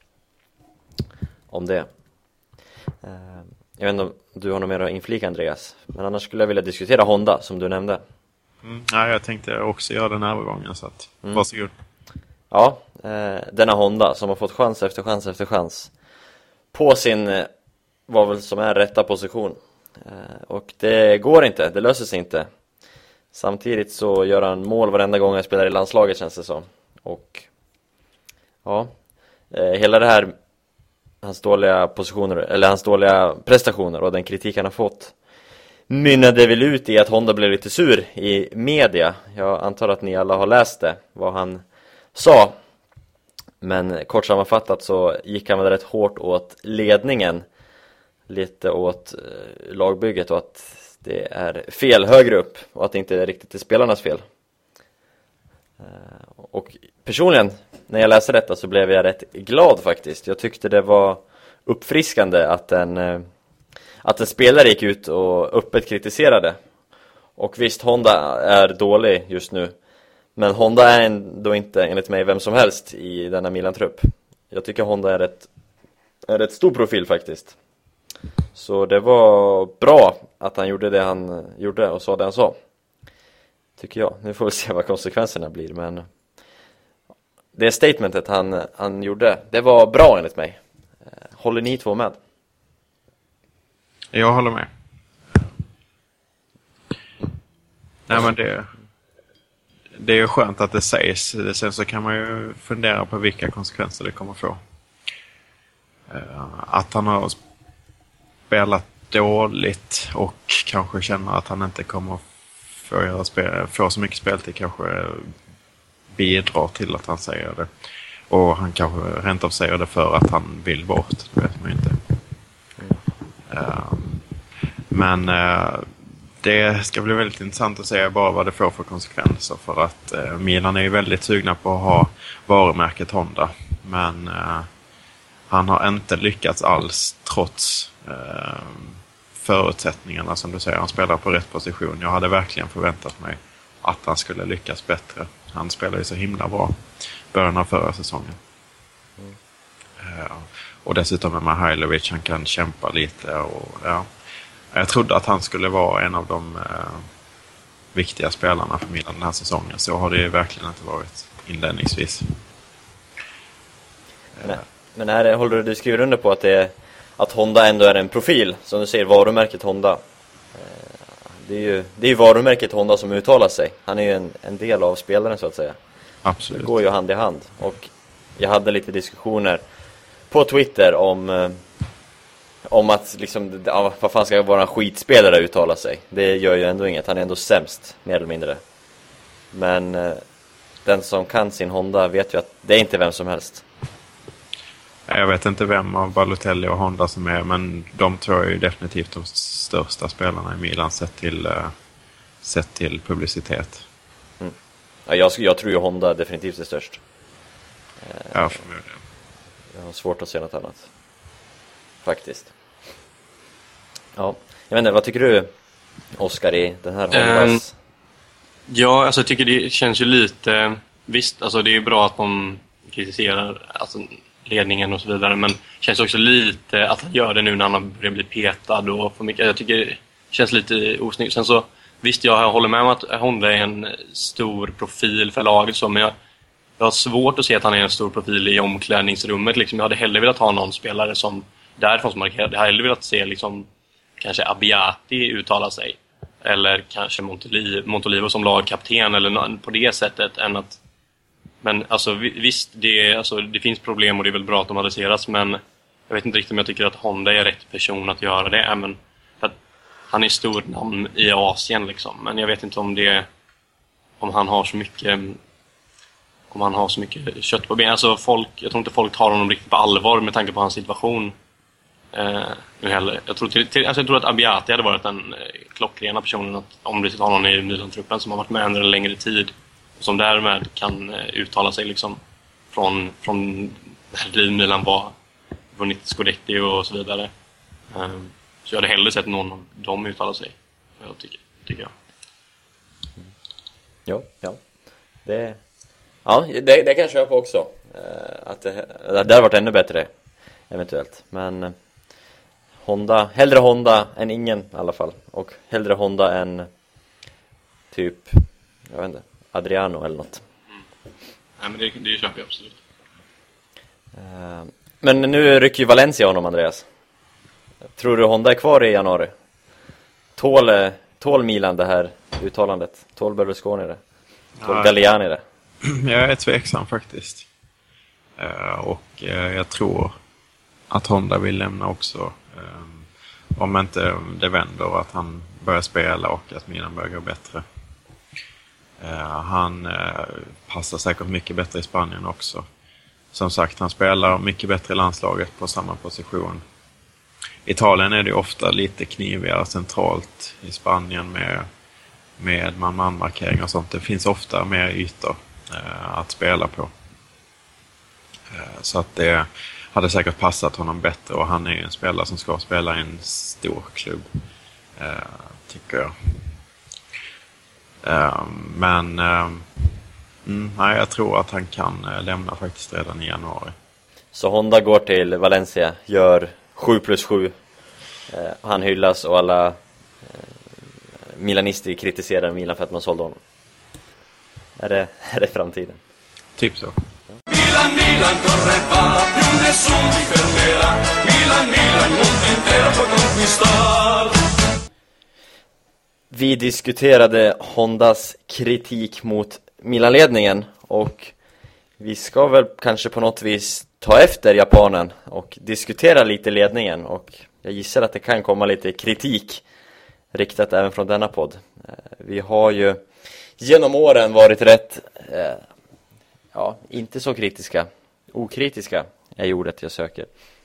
A: om det. Jag vet inte om du har något mer att inflika, Andreas, men annars skulle jag vilja diskutera Honda som du nämnde.
B: Mm, ja, jag tänkte också göra den övergången, så att mm. varsågod.
A: Ja, eh, denna Honda som har fått chans efter chans efter chans på sin, eh, vad väl som är rätta position. Eh, och det går inte, det löser sig inte. Samtidigt så gör han mål varenda gång han spelar i landslaget, känns det som. Och ja, eh, hela det här, hans dåliga positioner, eller hans dåliga prestationer och den kritik han har fått mynnade väl ut i att Honda blev lite sur i media. Jag antar att ni alla har läst det, vad han sa. Men kort sammanfattat så gick han väl rätt hårt åt ledningen, lite åt eh, lagbygget och att det är fel högre upp och att det inte är riktigt är spelarnas fel. Eh, och personligen, när jag läste detta så blev jag rätt glad faktiskt. Jag tyckte det var uppfriskande att en, eh, att en spelare gick ut och öppet kritiserade. Och visst, Honda är dålig just nu, men Honda är ändå inte enligt mig vem som helst i denna Milan-trupp. Jag tycker Honda är ett, är ett stor profil faktiskt. Så det var bra att han gjorde det han gjorde och sa det han sa, tycker jag. Nu får vi se vad konsekvenserna blir, men det statementet han, han gjorde, det var bra enligt mig. Håller ni två med?
B: Jag håller med. Nej, men det, det är ju skönt att det sägs. Sen så kan man ju fundera på vilka konsekvenser det kommer få. Att han har spelat dåligt och kanske känner att han inte kommer få, göra spel, få så mycket speltid kanske bidrar till att han säger det. Och han kanske rent av säger det för att han vill bort, det vet man ju inte. Mm. Men det ska bli väldigt intressant att se bara vad det får för konsekvenser, för att Milan är ju väldigt sugna på att ha varumärket Honda, men han har inte lyckats alls trots eh, förutsättningarna, som du säger. Han spelar på rätt position. Jag hade verkligen förväntat mig att han skulle lyckas bättre. Han spelar ju så himla bra början av förra säsongen. Mm. Eh, och dessutom med Mihailovic, han kan kämpa lite. Och, ja. Jag trodde att han skulle vara en av de eh, viktiga spelarna för Milan den här säsongen. Så har det verkligen inte varit inledningsvis.
A: Men, men är det, håller du, du skriver under på att, det är, att Honda ändå är en profil, som du säger, varumärket Honda. Det är ju, det är ju varumärket Honda som uttalar sig. Han är ju en, en del av spelaren så att säga.
B: Absolut.
A: Det går ju hand i hand. Och jag hade lite diskussioner på Twitter om om att liksom, ja, vad fan ska vara en skitspelare uttala sig. Det gör ju ändå inget. Han är ändå sämst, mer eller mindre. Men eh, den som kan sin Honda vet ju att det är inte vem som helst.
B: Jag vet inte vem av Balotelli och Honda som är, men de tror jag är definitivt de största spelarna i Milan sett till, uh, sett till publicitet.
A: Mm. Ja, jag, jag tror ju Honda definitivt är störst.
B: Uh, ja, förmodligen.
A: Jag har svårt att se något annat. Faktiskt. Ja, jag vet inte, vad tycker du, Oskar, i den här Hondas?
C: Um, ja, alltså jag tycker det känns ju lite... Visst, alltså det är ju bra att de kritiserar alltså, ledningen och så vidare, men det känns också lite att han gör det nu när han börjar bli petad och för mycket. Jag tycker det känns lite osnyggt. Sen så, visst, jag håller med om att Honda är en stor profil för laget, så, men jag, jag har svårt att se att han är en stor profil i omklädningsrummet. Liksom. Jag hade hellre velat ha någon spelare som därifrån som markerade. Jag hade hellre velat se liksom, kanske Abbiati uttala sig. Eller kanske Montolivo, Montolivo som lagkapten eller någon, på det sättet än att... Men alltså visst, det, alltså, det finns problem och det är väl bra att de adresseras, men jag vet inte riktigt om jag tycker att Honda är rätt person att göra det. Även för att han är stor namn i Asien liksom, men jag vet inte om det om han har så mycket om han har så mycket kött på ben. Alltså folk, jag tror inte folk tar honom riktigt på allvar med tanke på hans situation eh, nu heller. Jag tror, till, till, alltså jag tror att Abbiati hade varit den eh, klockrena personen att om det har någon i Milan-truppen som har varit med under en längre tid som därmed kan eh, uttala sig liksom från, från när Milan var vunnit Scudetti och så vidare. Um, så jag hade hellre sett någon av dem uttala sig. Jag tycker, tycker jag.
A: Ja, ja. Det, ja, det, det kan jag köpa också. Uh, att det, det har varit ännu bättre eventuellt. Men uh, Honda, hellre Honda än ingen i alla fall. Och hellre Honda än typ, jag vet inte, Adriano eller något.
C: Mm. Nej, men det, det köper jag absolut.
A: Uh, men nu rycker ju Valencia honom, Andreas. Tror du Honda är kvar i januari? Tål, tål Milan det här uttalandet? Tål Berlusconi det? Tål ja, Galliani det?
B: Jag är tveksam faktiskt. Uh, och uh, jag tror att Honda vill lämna också. Um, om inte det vänder och att han börjar spela och att Milan börjar gå bättre. Uh, han uh, passar säkert mycket bättre i Spanien också. Som sagt, han spelar mycket bättre i landslaget på samma position. I Italien är det ofta lite knivigare centralt. I Spanien med, med man-man-markering och sånt. Det finns ofta mer ytor uh, att spela på. Uh, så att det hade säkert passat honom bättre. Och han är ju en spelare som ska spela i en stor klubb, uh, tycker jag. Uh, men uh, mm, nej, jag tror att han kan uh, lämna faktiskt redan i januari.
A: Så Honda går till Valencia, gör sju plus sju. Uh, han hyllas och alla uh, milanister kritiserar Milan för att man sålde honom. Är det, är det framtiden?
B: Typ så.
E: Milan, Milan, corre va, più nessuno ti fermerà. Milan, Milan, mondo intero può conquistar.
A: Vi diskuterade Hondas kritik mot Milan-ledningen och vi ska väl kanske på något vis ta efter japanen och diskutera lite ledningen, och jag gissar att det kan komma lite kritik riktat även från denna podd. Vi har ju genom åren varit rätt, eh, ja, inte så kritiska, okritiska är ordet jag söker,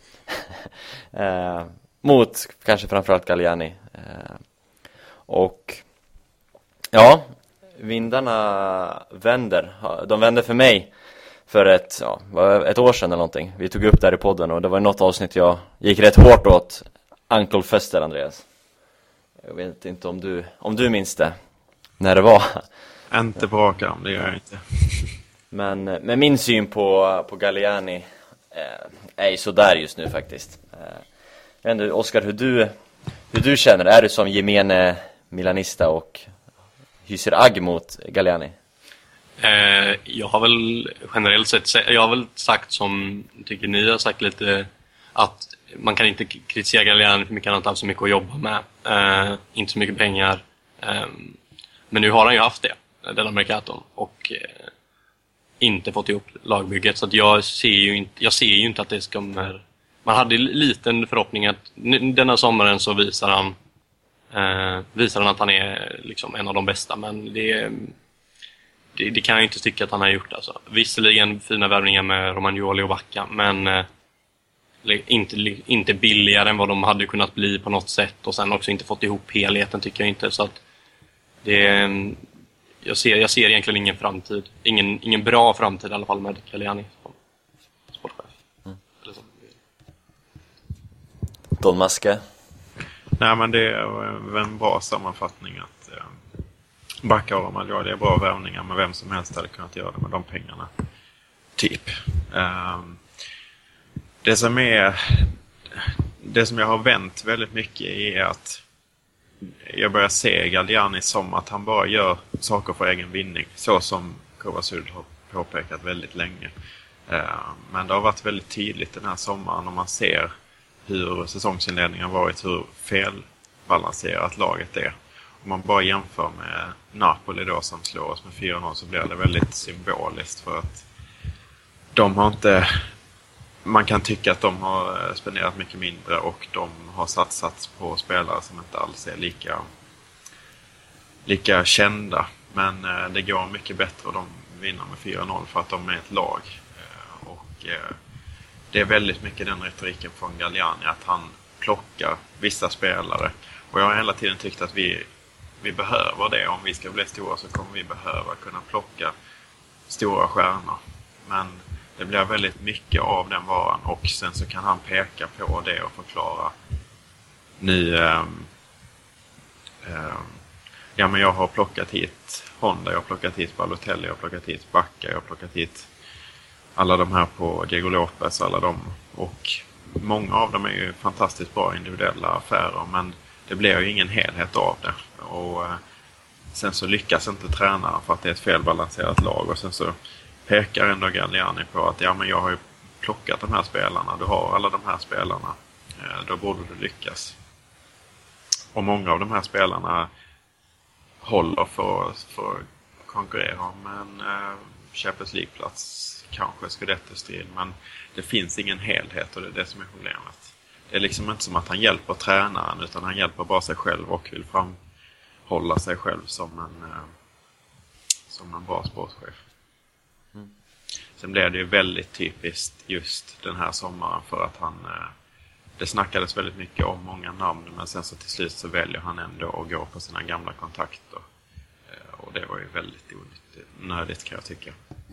A: eh, mot kanske framförallt Galliani. Eh, och ja, vindarna vänder. De vänder för mig för ett, ja, ett år sedan eller någonting. Vi tog upp det här i podden och det var något avsnitt jag gick rätt hårt åt Uncle Fester, Andreas. Jag vet inte om du, om du minns det, när det var.
B: Inte på rak arm, det gör jag inte.
A: Men med min syn på, på Galliani eh, är ju sådär just nu faktiskt. Eh, jag vet inte, Oskar, hur du, hur du känner. Är du som gemene milanista och hyser agg mot Galliani?
C: Eh, jag har väl generellt sett, jag har väl sagt som tycker ni har sagt lite att man kan inte kritisera Galliani för mycket, han har inte haft så mycket att jobba med, eh, inte så mycket pengar, eh, men nu har han ju haft det, den Mercaton, och eh, inte fått ihop lagbygget, så att jag ser ju inte, jag ser ju inte att det ska, man hade liten förhoppning att denna sommaren så visar han eh, visar han att han är liksom en av de bästa, men det Det, det kan jag inte tycka att han har gjort. Alltså. Visserligen fina värvningar med Romagnoli och Bacca, men eh, inte, inte billigare än vad de hade kunnat bli på något sätt. Och sen också inte fått ihop helheten, tycker jag inte. Så att det, jag, ser, jag ser egentligen ingen framtid. Ingen, ingen bra framtid i alla fall med Galliani som sportchef. Mm. Eller som...
A: Don Maske?
B: Nej, men det är en bra sammanfattning att eh, Backa och Romagnoli, det är bra värvningar, men vem som helst hade kunnat göra det med de pengarna. Typ. Um, det som är det som jag har vänt väldigt mycket är att jag börjar se Galliani som att han bara gör saker för egen vinning. Så som Kovacic har påpekat väldigt länge. Uh, men det har varit väldigt tydligt den här sommaren, om man ser hur säsongsinledningen har varit, hur felbalanserat laget är. Om man bara jämför med Napoli då som slår oss med fyra noll, så blir det väldigt symboliskt, för att de har inte, man kan tycka att de har spenderat mycket mindre och de har satsat på spelare som inte alls är lika lika kända, men det går mycket bättre och de vinner med fyra noll för att de är ett lag, och det är väldigt mycket den retoriken från Galliani att han plockar vissa spelare, och jag har hela tiden tyckt att vi Vi behöver det. Om vi ska bli stora så kommer vi behöva kunna plocka stora stjärnor. Men det blir väldigt mycket av den varan, och sen så kan han peka på det och förklara. Nu, ähm, ähm, ja, men jag har plockat hit Honda, jag har plockat hit Balotelli, jag har plockat hit Bacca, jag har plockat hit alla de här på Diego Lopez, alla de. Och många av dem är ju fantastiskt bra individuella affärer, men det blir ju ingen helhet av det. Och eh, sen så lyckas inte tränaren för att det är ett felbalanserat lag, och sen så pekar ändå Galliani på att ja, men jag har ju plockat de här spelarna, du har alla de här spelarna, eh, då borde du lyckas. Och många av de här spelarna håller för, för att konkurrera om en eh, Champions League-plats, kanske Scudetto-strid, men det finns ingen helhet, och det är det som är problemet. Det är liksom inte som att han hjälper tränaren, utan han hjälper bara sig själv och vill framhålla sig själv som en, eh, som en bra sportchef. Mm. Sen blev det ju väldigt typiskt just den här sommaren, för att han, eh, det snackades väldigt mycket om många namn, men sen så till slut så väljer han ändå att gå på sina gamla kontakter. Eh, och det var ju väldigt onödigt, kan jag tycka.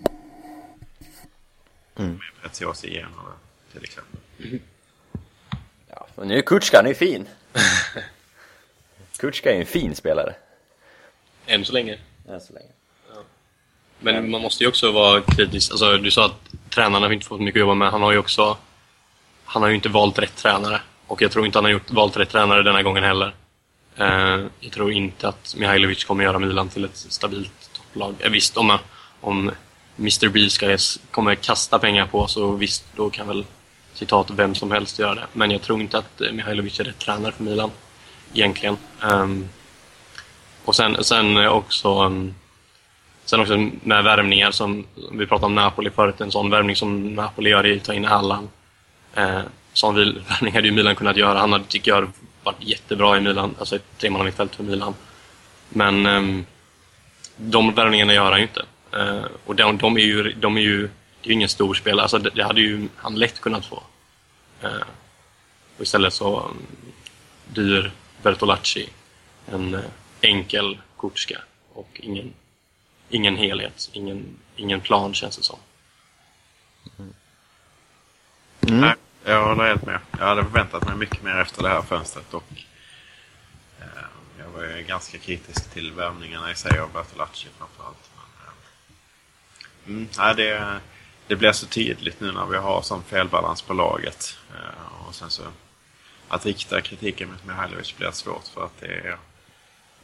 B: Mm. Med Preziosi igen till exempel. Mm.
A: Ja, och nu är Kučka, han är fin. Kučka är ju en fin spelare.
C: Än så länge.
A: Än så länge.
C: Ja. Men man måste ju också vara kritisk. Alltså, du sa att tränarna har inte fått mycket att jobba med. Han har ju också Han har ju inte valt rätt tränare. Och jag tror inte han har gjort, valt rätt tränare denna gången heller. Uh, jag tror inte att Mihajlovic kommer göra Milan till ett stabilt topplag. Uh, visst, om, om mister B ska kommer kasta pengar på, så visst, då kan väl citat vem som helst göra det. Men jag tror inte att Mihajlovic är rätt tränare för Milan egentligen. Um, och sen, sen också um, sen också med värvningar som vi pratade om Napoli förut, en sån värvning som Napoli gör i ta in Allan. Uh, sån värvning hade ju Milan kunnat göra. Han hade, tycker jag, varit jättebra i Milan, alltså ett tremannamittfält för Milan. Men um, de värvningarna gör han ju inte. Uh, och de, de är ju de är ju det är ju ingen stor spelare, alltså det, det hade ju han lätt kunnat få. Uh, och istället så um, dyr Bertolacci, en uh, enkel Kučka och ingen ingen helhet, ingen ingen plan, känns det som.
B: Mm. Nej, jag håller helt med. Jag hade förväntat mig mycket mer efter det här fönstret, och eh, jag var ju ganska kritisk till värvningarna i sig av Bertolacci framförallt. Men, eh, mm, nej, det, det blir så tydligt nu när vi har sån felbalans på laget. Eh, och sen så att rikta kritiken mot Mihajlovic blir svårt, för att det är,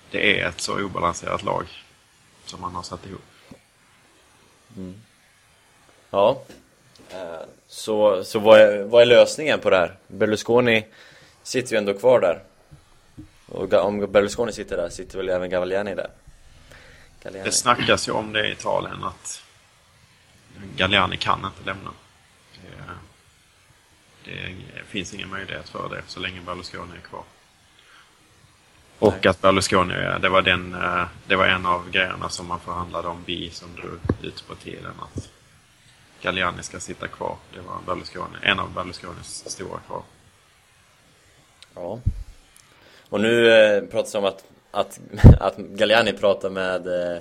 B: det är ett så obalanserat lag som man har satt ihop.
A: Mm. Ja. Så, så vad, är, vad är lösningen på det här? Berlusconi sitter ju ändå kvar där. Och om Berlusconi sitter där sitter väl även Galliani där. Galliani.
B: Det snackas ju om det i Italien att Galliani kan inte lämna. Det, det finns ingen möjlighet för det så länge Berlusconi är kvar. Och Nej. att Berlusconi, det var, den, det var en av grejerna som man förhandlade om vi som drog ut på tiden, att Galliani ska sitta kvar. Det var Berlusconi, en av Berlusconis stora krav.
A: Ja. Och nu eh, pratas det om att, att, att Galliani pratar med eh,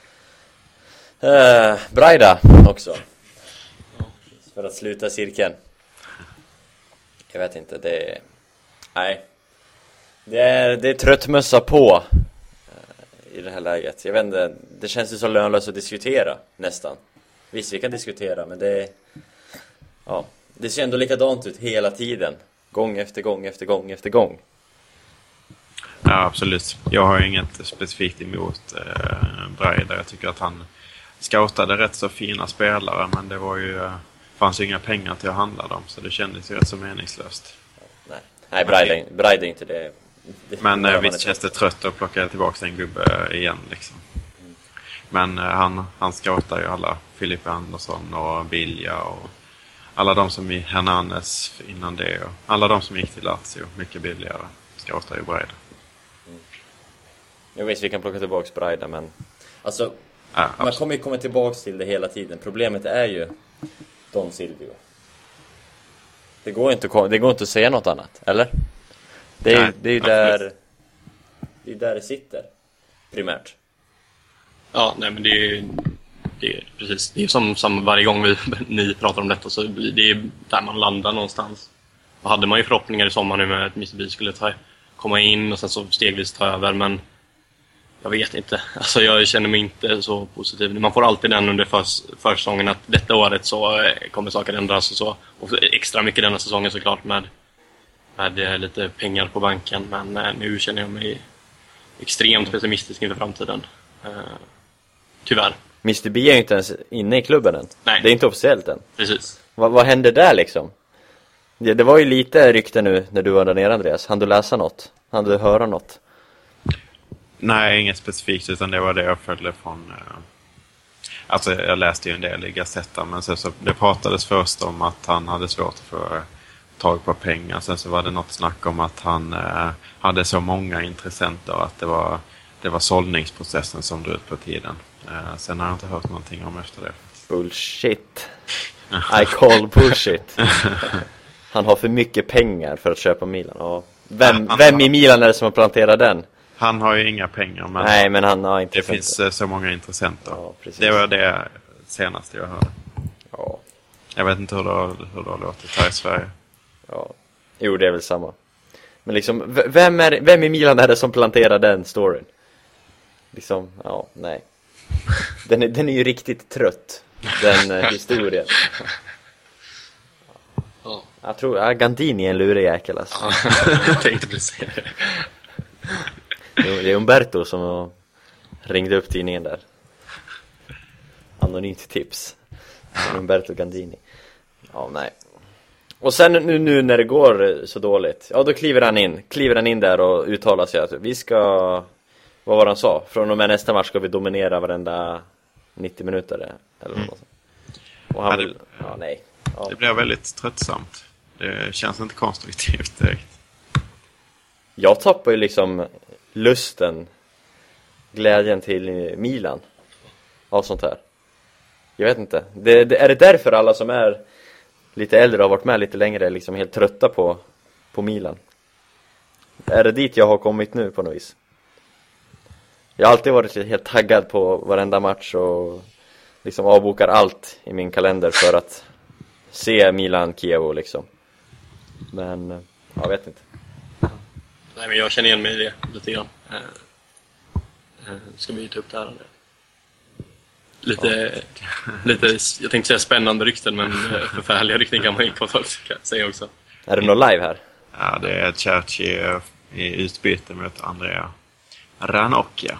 A: eh, Braida också. För att sluta cirkeln. Jag vet inte, det är... Nej. Det är, det är tröttmössa på eh, i det här läget. Jag vet inte, det känns ju så lönlöst att diskutera nästan. Visst, vi kan diskutera, men det... Ja, det ser ändå likadant ut hela tiden. Gång efter gång efter gång efter gång.
B: Ja, absolut. Jag har inget specifikt emot eh, Braida. Jag tycker att han scoutade rätt så fina spelare, men det var ju, eh, fanns ju inga pengar till att handla dem, så det kändes ju rätt så meningslöst.
A: Nej, Nej Braida, Braida är inte det. det
B: men eh, visst känns det trött att plocka tillbaka en gubbe igen liksom. Mm. Men eh, han, han scoutar ju alla, Filip Andersson och Bilja och alla de som gick Hernanes innan det och alla de som gick till Lazio, mycket billigare, scoutar ju Braida.
A: Jag vet vi kan plocka tillbaka Braida, men alltså
B: ja,
A: man kommer ju komma tillbaka till det hela tiden. Problemet är ju Don Silvio. Det går inte att, det går inte att säga något annat, eller? Det är, Nej, det är ju där det är där det sitter primärt.
C: Ja, nej men det är det är precis det är som, som varje gång vi ni pratar om detta, så det är där man landar någonstans. Och hade man ju förhoppningar i sommar nu med att mister B skulle ta komma in och sen så stegvis ta över, men jag vet inte. Alltså jag känner mig inte så positiv. Man får alltid den under för, försäsongen att detta året så kommer saker ändras och så. Och extra mycket denna säsongen såklart med, med lite pengar på banken. Men nu känner jag mig extremt pessimistisk inför framtiden. Uh, tyvärr.
A: mister B är ju inte ens inne i klubben än.
C: Nej.
A: Det är inte officiellt än.
C: Precis.
A: Va, vad hände där liksom? Det, det var ju lite rykte nu när du var där nere, Andreas. Han du läsa något? Han du höra något?
B: Nej, inget specifikt, utan det var det jag följde från... Eh, alltså jag läste ju en del i Gazzetta, men sen så det pratades först om att han hade svårt att få tag på pengar. Sen så var det något snack om att han eh, hade så många intressenter att det var, det var sållningsprocessen som drog ut på tiden. Eh, sen har jag inte hört någonting om efter det.
A: Bullshit. I call bullshit. Han har för mycket pengar för att köpa Milan. Ja. Vem,
B: han,
A: vem i Milan är det som har planterat den?
B: Han har ju inga pengar, men,
A: Nej, men han har
B: det finns uh, så många intressenter.
A: Ja,
B: det var det senaste jag hörde.
A: Ja.
B: Jag vet inte hur det har, hur det har låtit här i Sverige.
A: Ja. Jo, det är väl samma. Men liksom, vem, är, vem i Milan är det som planterar den storyn? Liksom, ja, nej. Den är, den är ju riktigt trött, den uh, historien.
C: Ja.
A: Jag tror att Gandini är en lurig jäkel alltså.
C: Jag tänkte precis säga det.
A: Det är Umberto som ringde upp tidningen där. Anonymt tips. Umberto Gandini. Ja, nej. Och sen nu, nu när det går så dåligt, ja då kliver han in. Kliver han in där och uttalar sig att vi ska, vad var han sa? Från och med nästa match ska vi dominera varenda nittio minuter eller något. Och han vill, ja nej. Ja.
B: Det blir väldigt tröttsamt. Det känns inte konstruktivt direkt.
A: Jag tappar ju liksom lusten, glädjen till Milan av sånt här. Jag vet inte. Det, det, är det därför alla som är lite äldre och har varit med lite längre är liksom helt trötta på, på Milan? Är det dit jag har kommit nu på något vis? Jag har alltid varit helt taggad på varenda match och liksom avbokar allt i min kalender för att se Milan-Kiev liksom. Men jag vet inte.
C: Nej, men jag känner igen mig i det lite grann. Eh, eh, ska vi ta upp det här? Eller? Lite, ja. lite, jag tänkte säga spännande rykten, men förfärliga rykten kan man ju säga också.
A: Är det något live här?
B: Ja, det är Cerci i utbyte mot Andrea Ranocchia.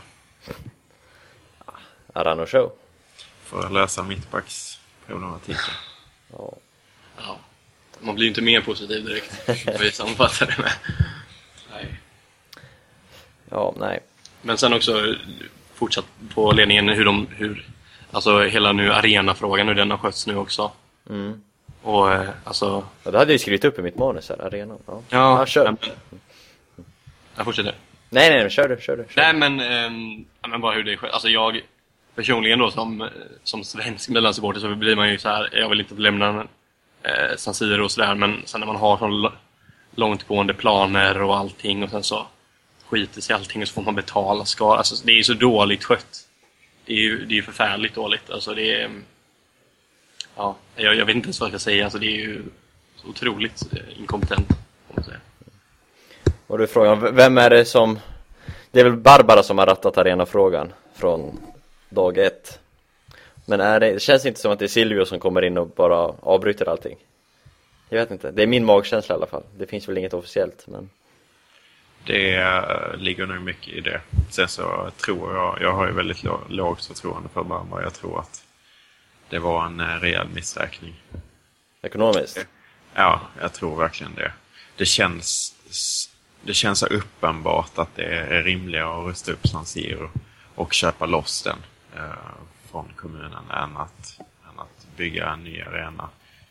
A: Arano Show.
B: För att lösa mittbacksproblematiken.
A: Ja.
C: Ja. Man blir ju inte mer positiv direkt. Vi sammanfattar det med. Nej.
A: Ja, nej.
C: Men sen också fortsatt på ledningen hur de, hur, alltså hela nu arenafrågan, hur den har skötts nu också.
A: Mm.
C: Och eh, alltså...
A: Ja, det hade jag ju skrivit upp i mitt manus här, arenan. Ja,
C: Ja,
A: ja kör.
C: Men, jag fortsätter.
A: Nej, nej, nej, kör du, kör du. Kör.
C: Nej, men, ehm, ja, men bara hur det sker. Alltså jag personligen då som, som svensk Milan-supporter så blir man ju så här, jag vill inte lämna eh, San Siro och sådär, men sen när man har så långtgående planer och allting och sen så skiter sig allting och så får man betala ska. Alltså det är ju så dåligt skött. Det är ju, det är ju förfärligt dåligt. Alltså det är, ja, jag, jag vet inte ens vad jag ska säga. Alltså det är ju så otroligt eh, inkompetent, får man säga.
A: Och du frågar, vem är det som... Det är väl Barbara som har rattat arenafrågan från dag ett. Men är det, det känns inte som att det är Silvio som kommer in och bara avbryter allting. Jag vet inte, det är min magkänsla i alla fall. Det finns väl inget officiellt, men...
B: Det uh, ligger nog mycket i det. Sen så tror jag, jag har ju väldigt lå- lågt förtroende för Barbara. Jag tror att det var en uh, rejäl missräkning.
A: Ekonomiskt?
B: Ja, jag tror verkligen det. Det känns, det känns så uppenbart att det är rimligare att rusta upp San Siro och köpa loss den uh, från kommunen än att, än att bygga en ny arena.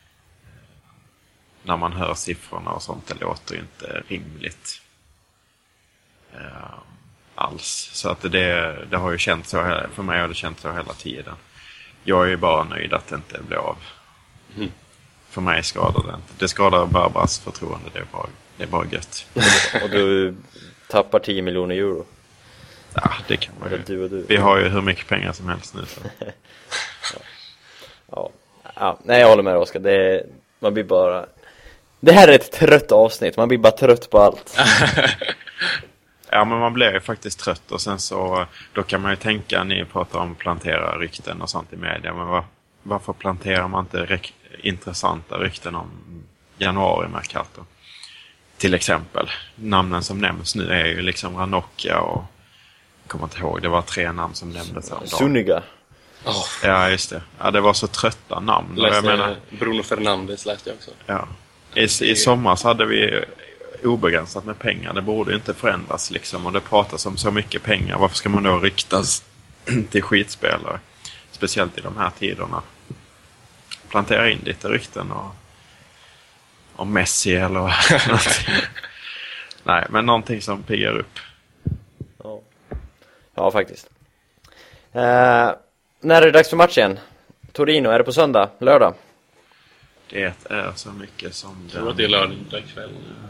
B: När man hör siffrorna och sånt, det låter inte rimligt. Uh, alls. Så att det, det har ju känt så här, för mig har det känt så hela tiden. Jag är ju bara nöjd att det inte blir av. Mm. För mig skadar det inte. Det skadar Barbaras förtroende, det är bara, det är bara gött.
A: Och du tappar tio miljoner euro.
B: Ja, det kan man ju.
A: Du och du.
B: Vi har ju hur mycket pengar som helst nu. Så.
A: ja. Ja. Ja. Nej, jag håller med Oskar. Det, man blir bara... Det här är ett trött avsnitt. Man blir bara trött på allt.
B: Ja, men man blir ju faktiskt trött. Och sen så, då kan man ju tänka, ni pratar om plantera rykten och sånt i media. Men var, varför planterar man inte rik- intressanta rykten om januari Mercato? Till exempel, namnen som nämns nu är ju liksom Ranocchia och jag kommer inte ihåg, det var tre namn som nämndes här.
A: Suniga.
C: Oh.
B: Ja, just det. Ja, det var så trötta namn.
C: Läste,
B: jag menar,
C: Bruno Fernandes läste jag också.
B: Ja. I, I sommar så hade vi obegränsat med pengar. Det borde inte förändras liksom. Och det pratas om så mycket pengar. Varför ska man då ryktas till skitspelare? Speciellt i de här tiderna. Plantera in lite rykten och om Messi eller någonting. Nej, men någonting som piggar upp.
A: Ja, ja faktiskt. Eh, när är det dags för matchen? Torino, är det på söndag? Lördag?
B: Det är så mycket som...
C: Jag tror att det är lördag kväll.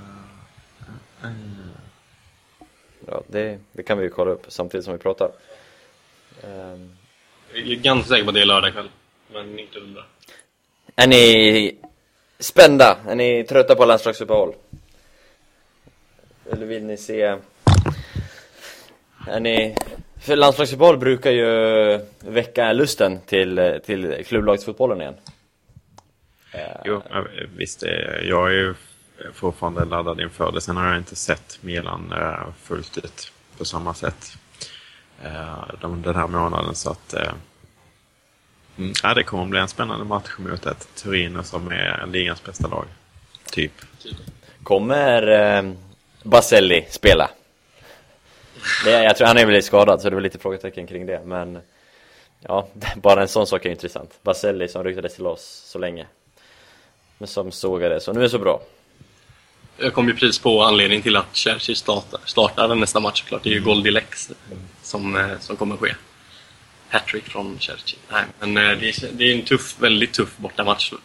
A: Ja, det, det kan vi ju kolla upp samtidigt som vi pratar. Um,
C: Jag är ganska säker på att det är lördag kväll. Men inte undra.
A: Är ni spända? Är ni trötta på landslagsuppehåll? Eller vill ni se... Är ni... För landslagsuppehåll brukar ju väcka lusten till, till klubblagsfotbollen igen.
B: Jo, visst. Jag är ju fortfarande laddad inför det. Sen har jag inte sett Milan fullt ut på samma sätt den här månaden. Så att ja, det kommer att bli en spännande match mot ett Torino som är ligans bästa lag. Typ.
A: Kommer eh, Baselli spela? Det, jag tror han är väl skadad, så det är väl lite frågetecken kring det. Men ja, bara en sån sak är intressant. Baselli som ryktades till oss så länge, men som sågade, så nu är det så bra.
C: Jag kom ju precis på anledning till att Chelsea startar, startar nästa match. Klart, det är ju Goldilex som, som kommer ske. Hattrick från Chelsea. Nej, men det är, det är en tuff, väldigt tuff bortamatch.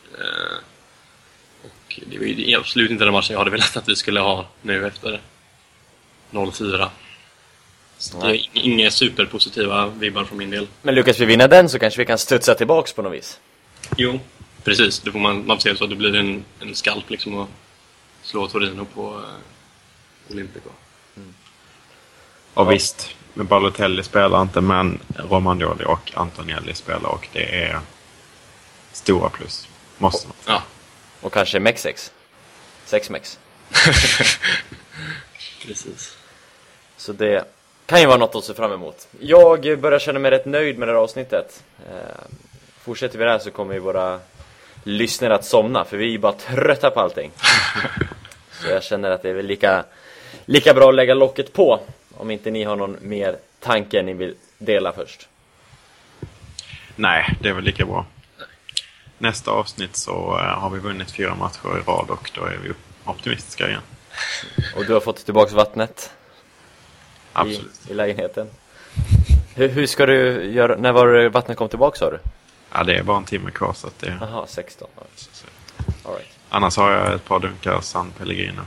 C: Och det var ju absolut inte den matchen jag hade velat att vi skulle ha nu efter noll fyra. Så det är inga superpositiva vibbar från min del.
A: Men lyckas vi vinna den så kanske vi kan studsa tillbaks på något vis.
C: Jo, precis. Det får man, man ser så att det blir en, en skalp liksom och slå Torino på uh, Olympico.
B: Mm. Och ja. Visst, men Balotelli spelar inte, men Romagnoli och Antonelli spelar och det är stora plus. Måste man.
C: Ja.
A: Och kanske Mexex. Sex Mex.
C: Precis.
A: Så det... kan ju vara något att se fram emot. Jag börjar känna mig rätt nöjd med det här avsnittet. eh, Fortsätter vi det här så kommer ju våra lyssnare att somna, för vi är ju bara trötta på allting. Så jag känner att det är väl lika, lika bra att lägga locket på. Om inte ni har någon mer tanke ni vill dela först.
B: Nej, det är väl lika bra. Nästa avsnitt så uh, har vi vunnit fyra matcher i rad och då är vi optimistiska igen.
A: Och du har fått tillbaka vattnet.
B: Absolut.
A: I, i lägenheten. Hur, hur ska du göra, när var det vattnet kom tillbaka, sa du?
B: Ja, det är bara en timme kvar så att det...
A: Jaha, sexton. All right.
B: Annars har jag ett par dunkar San Pellegrino.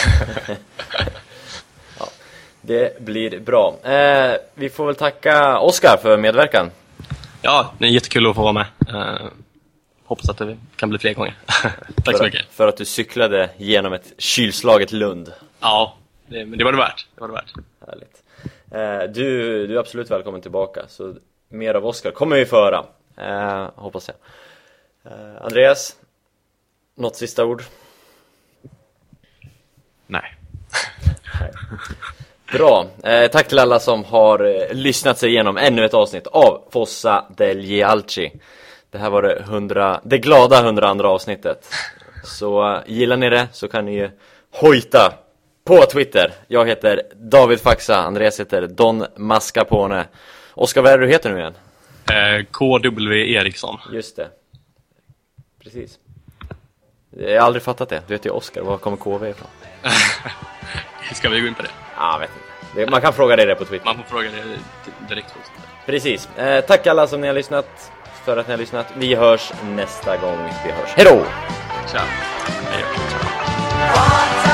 A: Ja, det blir bra. Eh, vi får väl tacka Oskar för medverkan.
C: Ja, det är jättekul att få vara med. Uh, hoppas att det kan bli fler gånger. Tack så
A: för,
C: mycket.
A: För att du cyklade genom ett kylslaget Lund.
C: Ja, det, men det var det värt. Det var det värt.
A: Härligt. Eh, du, du är absolut välkommen tillbaka. Så mer av Oskar kommer vi få höra. Eh, hoppas jag. eh, Andreas, något sista ord?
B: Nej.
A: Nej. Bra, eh, tack till alla som har eh, lyssnat sig igenom ännu ett avsnitt av Fossa degli Alci. Det här var det, hundra, det glada hundraandra avsnittet. Så eh, gillar ni det så kan ni ju hojta på Twitter. Jag heter David Faxa, Andreas heter Don Mascarpone. Oskar, vad är det du heter nu igen?
C: Uh, K W Eriksson.
A: Just det. Precis. Jag har aldrig fattat det. Du heter ju Oskar, var kommer K V ifrån?
C: Ska vi gå in på det?
A: Ja, jag vet inte. Det, man kan fråga dig det på Twitter.
C: Man får fråga det direkt.
A: Precis. Eh, tack alla som ni har lyssnat, för att ni har lyssnat. Vi hörs nästa gång vi hörs. Hej då!
C: Tja. Hej då.
D: Forza